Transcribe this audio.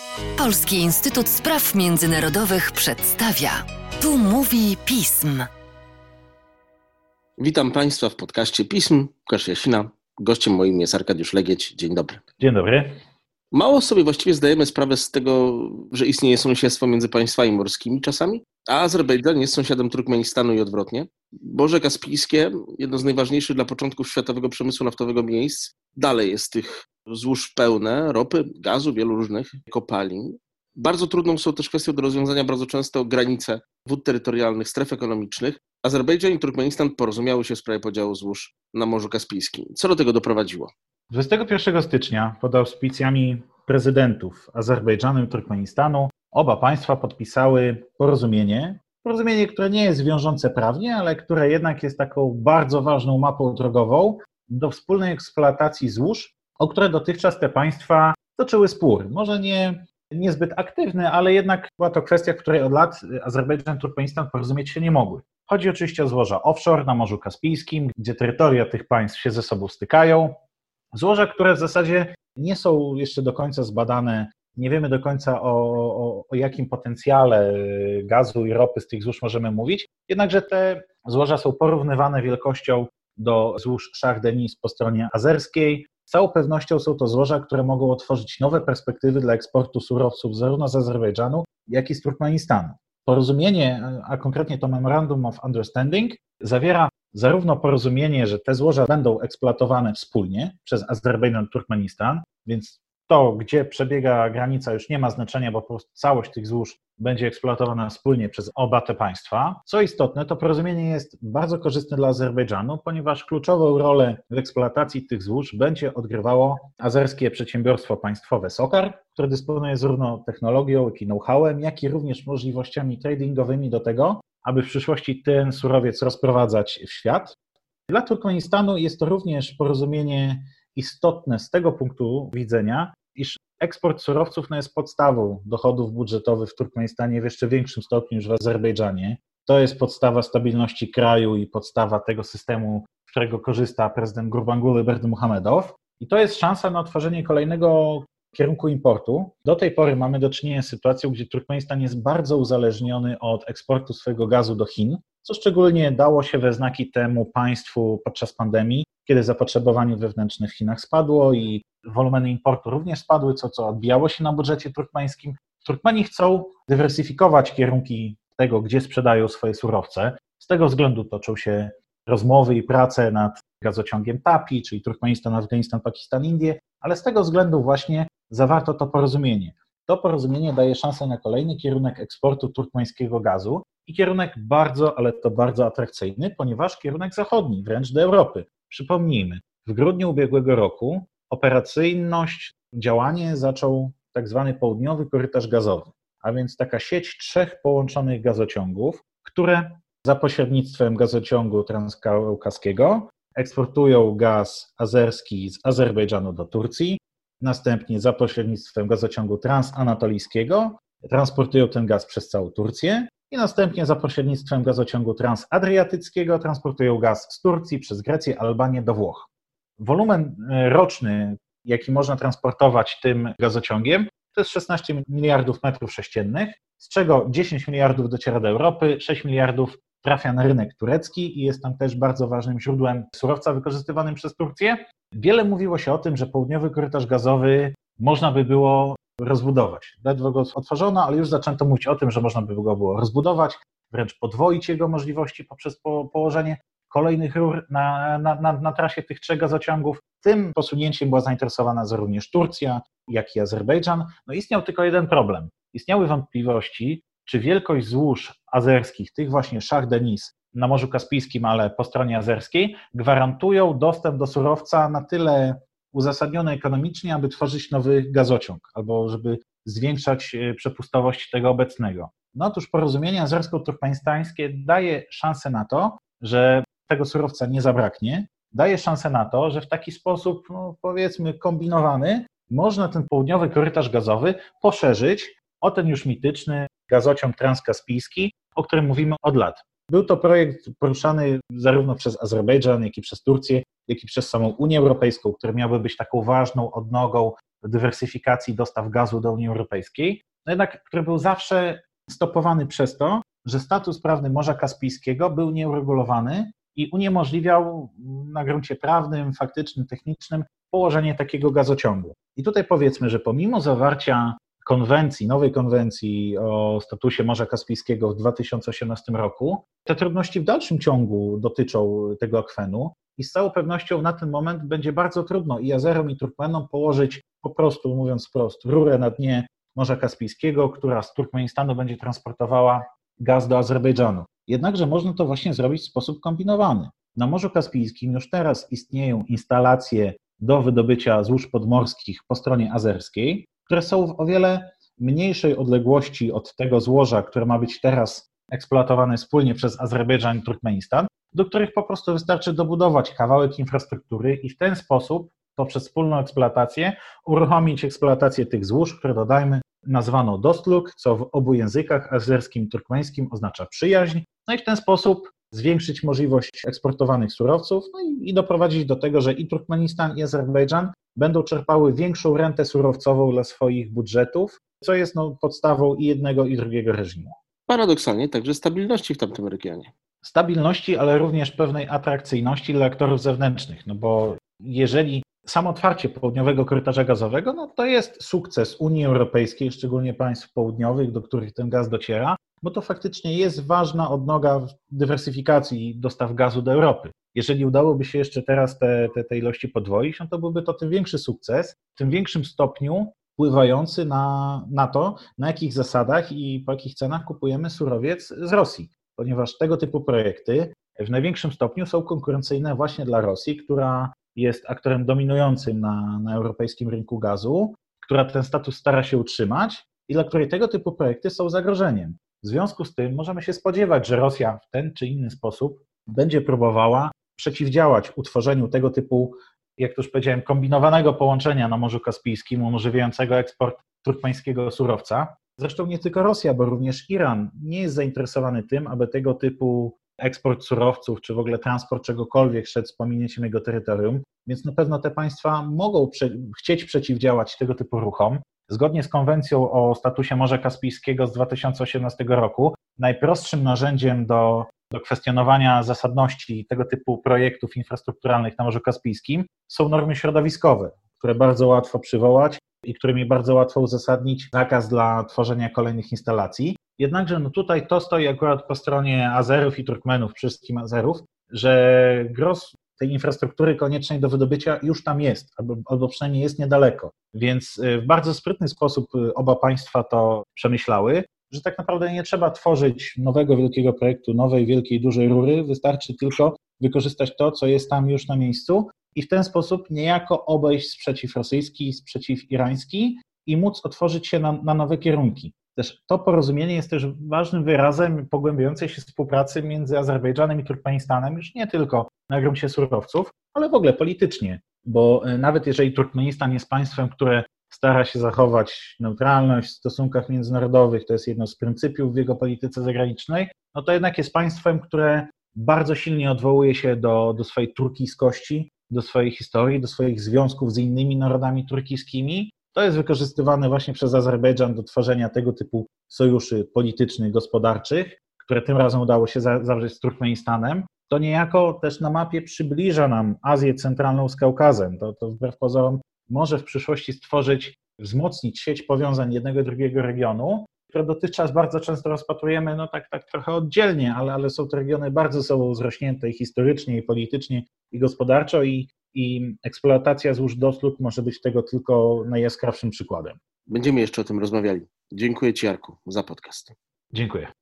Polski Instytut Spraw Międzynarodowych przedstawia. Tu mówi Pism. Witam Państwa w podcaście Pism. Łukasz Jasina. Gościem moim jest Arkadiusz Legieć. Dzień dobry. Dzień dobry. Mało sobie właściwie zdajemy sprawę z tego, że istnieje sąsiedztwo między państwami morskimi czasami, a Azerbejdżan jest sąsiadem Turkmenistanu i odwrotnie. Morze Kaspijskie, jedno z najważniejszych dla początków światowego przemysłu naftowego miejsc, dalej jest tych złóż pełne ropy, gazu, wielu różnych kopalin. Bardzo trudną są też kwestie do rozwiązania bardzo często granice wód terytorialnych, stref ekonomicznych. Azerbejdżan i Turkmenistan porozumiały się w sprawie podziału złóż na Morzu Kaspijskim. Co do tego doprowadziło? 21 stycznia pod auspicjami prezydentów Azerbejdżanu i Turkmenistanu oba państwa podpisały porozumienie, które nie jest wiążące prawnie, ale które jednak jest taką bardzo ważną mapą drogową do wspólnej eksploatacji złóż, o które dotychczas te państwa toczyły spór. Może niezbyt aktywny, ale jednak była to kwestia, w której od lat Azerbejdżan i Turkmenistan porozumieć się nie mogły. Chodzi oczywiście o złoża offshore na Morzu Kaspijskim, gdzie terytoria tych państw się ze sobą stykają. Złoża, które w zasadzie nie są jeszcze do końca zbadane, nie wiemy do końca o jakim potencjale gazu i ropy z tych złóż możemy mówić, jednakże te złoża są porównywane wielkością do złóż Shah Deniz po stronie azerskiej. Z całą pewnością są to złoża, które mogą otworzyć nowe perspektywy dla eksportu surowców zarówno z Azerbejdżanu, jak i z Turkmenistanu. Porozumienie, a konkretnie to Memorandum of Understanding, zawiera zarówno porozumienie, że te złoża będą eksploatowane wspólnie przez Azerbejdżan i Turkmenistan, więc to, gdzie przebiega granica, już nie ma znaczenia, bo po prostu całość tych złóż będzie eksploatowana wspólnie przez oba te państwa. Co istotne, to porozumienie jest bardzo korzystne dla Azerbejdżanu, ponieważ kluczową rolę w eksploatacji tych złóż będzie odgrywało azerskie przedsiębiorstwo państwowe SOCAR, które dysponuje zarówno technologią, jak i know-howem, jak i również możliwościami tradingowymi do tego, aby w przyszłości ten surowiec rozprowadzać w świat. Dla Turkmenistanu jest to również porozumienie istotne z tego punktu widzenia, iż eksport surowców jest podstawą dochodów budżetowych w Turkmenistanie w jeszcze większym stopniu niż w Azerbejdżanie. To jest podstawa stabilności kraju i podstawa tego systemu, z którego korzysta prezydent Gurbanguly Berdimuhamedow. I to jest szansa na otworzenie kolejnego kierunku importu. Do tej pory mamy do czynienia z sytuacją, gdzie Turkmenistan jest bardzo uzależniony od eksportu swojego gazu do Chin, co szczególnie dało się we znaki temu państwu podczas pandemii, kiedy zapotrzebowanie wewnętrzne w Chinach spadło i wolumeny importu również spadły, co odbijało się na budżecie turkmeńskim. Turkmeni chcą dywersyfikować kierunki tego, gdzie sprzedają swoje surowce. Z tego względu toczą się rozmowy i prace nad gazociągiem TAPI, czyli Turkmenistan, Afganistan, Pakistan, Indie, ale z tego względu właśnie zawarto to porozumienie. To porozumienie daje szansę na kolejny kierunek eksportu turkmeńskiego gazu i kierunek bardzo, ale to bardzo atrakcyjny, ponieważ kierunek zachodni, wręcz do Europy. Przypomnijmy, w grudniu ubiegłego roku operacyjność, działanie zaczął tak zwany południowy korytarz gazowy, a więc taka sieć 3 połączonych gazociągów, które za pośrednictwem gazociągu transkaukaskiego eksportują gaz azerski z Azerbejdżanu do Turcji, następnie za pośrednictwem gazociągu transanatolijskiego transportują ten gaz przez całą Turcję i następnie za pośrednictwem gazociągu transadriatyckiego transportują gaz z Turcji przez Grecję, Albanię do Włoch. Wolumen roczny, jaki można transportować tym gazociągiem, to jest 16 miliardów metrów sześciennych, z czego 10 miliardów dociera do Europy, 6 miliardów trafia na rynek turecki i jest tam też bardzo ważnym źródłem surowca wykorzystywanym przez Turcję. Wiele mówiło się o tym, że południowy korytarz gazowy można by było rozbudować. Ledwo go otworzono, ale już zaczęto mówić o tym, że można by go było rozbudować, wręcz podwoić jego możliwości poprzez położenie kolejnych rur na trasie tych 3 gazociągów. Tym posunięciem była zainteresowana również Turcja, jak i Azerbejdżan. Istniał tylko jeden problem. Istniały wątpliwości, czy wielkość złóż azerskich, tych właśnie Shah Deniz na Morzu Kaspijskim, ale po stronie azerskiej, gwarantują dostęp do surowca na tyle uzasadniony ekonomicznie, aby tworzyć nowy gazociąg, albo żeby zwiększać przepustowość tego obecnego. Otóż porozumienie azersko-turkmenistańskie daje szansę na to, że tego surowca nie zabraknie, daje szansę na to, że w taki sposób, powiedzmy kombinowany, można ten południowy korytarz gazowy poszerzyć o ten już mityczny gazociąg transkaspijski, o którym mówimy od lat. Był to projekt poruszany zarówno przez Azerbejdżan, jak i przez Turcję, jak i przez samą Unię Europejską, który miałby być taką ważną odnogą dywersyfikacji dostaw gazu do Unii Europejskiej, no jednak który był zawsze stopowany przez to, że status prawny Morza Kaspijskiego był nieuregulowany i uniemożliwiał na gruncie prawnym, faktycznym, technicznym położenie takiego gazociągu. I tutaj powiedzmy, że pomimo zawarcia nowej konwencji o statusie Morza Kaspijskiego w 2018 roku, te trudności w dalszym ciągu dotyczą tego akwenu i z całą pewnością na ten moment będzie bardzo trudno i Azerom, i Turkmenom położyć po prostu, mówiąc wprost, rurę na dnie Morza Kaspijskiego, która z Turkmenistanu będzie transportowała gaz do Azerbejdżanu. Jednakże można to właśnie zrobić w sposób kombinowany. Na Morzu Kaspijskim już teraz istnieją instalacje do wydobycia złóż podmorskich po stronie azerskiej, które są w o wiele mniejszej odległości od tego złoża, które ma być teraz eksploatowane wspólnie przez Azerbejdżan i Turkmenistan, do których po prostu wystarczy dobudować kawałek infrastruktury i w ten sposób, poprzez wspólną eksploatację, uruchomić eksploatację tych złóż, które, dodajmy, nazwano Dostluk, co w obu językach, azerskim i turkmeńskim, oznacza przyjaźń, no i w ten sposób zwiększyć możliwość eksportowanych surowców, no i doprowadzić do tego, że i Turkmenistan, i Azerbejdżan będą czerpały większą rentę surowcową dla swoich budżetów, co jest podstawą i jednego, i drugiego reżimu. Paradoksalnie także stabilności w tamtym regionie. Stabilności, ale również pewnej atrakcyjności dla aktorów zewnętrznych, no bo jeżeli samo otwarcie południowego korytarza gazowego, no to jest sukces Unii Europejskiej, szczególnie państw południowych, do których ten gaz dociera, bo to faktycznie jest ważna odnoga w dywersyfikacji dostaw gazu do Europy. Jeżeli udałoby się jeszcze teraz te ilości podwoić, no to byłby to tym większy sukces, w tym większym stopniu wpływający na to, na jakich zasadach i po jakich cenach kupujemy surowiec z Rosji, ponieważ tego typu projekty w największym stopniu są konkurencyjne właśnie dla Rosji, która jest aktorem dominującym na europejskim rynku gazu, która ten status stara się utrzymać i dla której tego typu projekty są zagrożeniem. W związku z tym możemy się spodziewać, że Rosja w ten czy inny sposób będzie próbowała przeciwdziałać utworzeniu tego typu, jak to już powiedziałem, kombinowanego połączenia na Morzu Kaspijskim, umożliwiającego eksport turkmeńskiego surowca. Zresztą nie tylko Rosja, bo również Iran nie jest zainteresowany tym, aby tego typu eksport surowców, czy w ogóle transport czegokolwiek szedł z pominięciem jego terytorium, więc na pewno te państwa mogą chcieć przeciwdziałać tego typu ruchom. Zgodnie z konwencją o statusie Morza Kaspijskiego z 2018 roku, najprostszym narzędziem do kwestionowania zasadności tego typu projektów infrastrukturalnych na Morzu Kaspijskim są normy środowiskowe, które bardzo łatwo przywołać i którymi bardzo łatwo uzasadnić zakaz dla tworzenia kolejnych instalacji. Jednakże tutaj to stoi akurat po stronie Azerów i Turkmenów, wszystkim Azerów, że gros tej infrastruktury koniecznej do wydobycia już tam jest, albo przynajmniej jest niedaleko. Więc w bardzo sprytny sposób oba państwa to przemyślały, że tak naprawdę nie trzeba tworzyć nowego wielkiego projektu, nowej wielkiej, dużej rury, wystarczy tylko wykorzystać to, co jest tam już na miejscu i w ten sposób niejako obejść sprzeciw rosyjski, sprzeciw irański i móc otworzyć się na nowe kierunki. Też to porozumienie jest też ważnym wyrazem pogłębiającej się współpracy między Azerbejdżanem i Turkmenistanem, już nie tylko na gruncie surowców, ale w ogóle politycznie, bo nawet jeżeli Turkmenistan jest państwem, które stara się zachować neutralność w stosunkach międzynarodowych, to jest jedno z pryncypiów w jego polityce zagranicznej, no to jednak jest państwem, które bardzo silnie odwołuje się do swojej turkiskości, do swojej historii, do swoich związków z innymi narodami turkiskimi. To jest wykorzystywane właśnie przez Azerbejdżan do tworzenia tego typu sojuszy politycznych, gospodarczych, które tym razem udało się zawrzeć z Turkmenistanem. To niejako też na mapie przybliża nam Azję Centralną z Kaukazem. To wbrew pozorom może w przyszłości wzmocnić sieć powiązań jednego i drugiego regionu, które dotychczas bardzo często rozpatrujemy tak trochę oddzielnie, ale są to regiony bardzo sobą zrośnięte i historycznie, i politycznie, i gospodarczo i eksploatacja złóż Dostluk może być tego tylko najjaskrawszym przykładem. Będziemy jeszcze o tym rozmawiali. Dziękuję Ci, Jarku, za podcast. Dziękuję.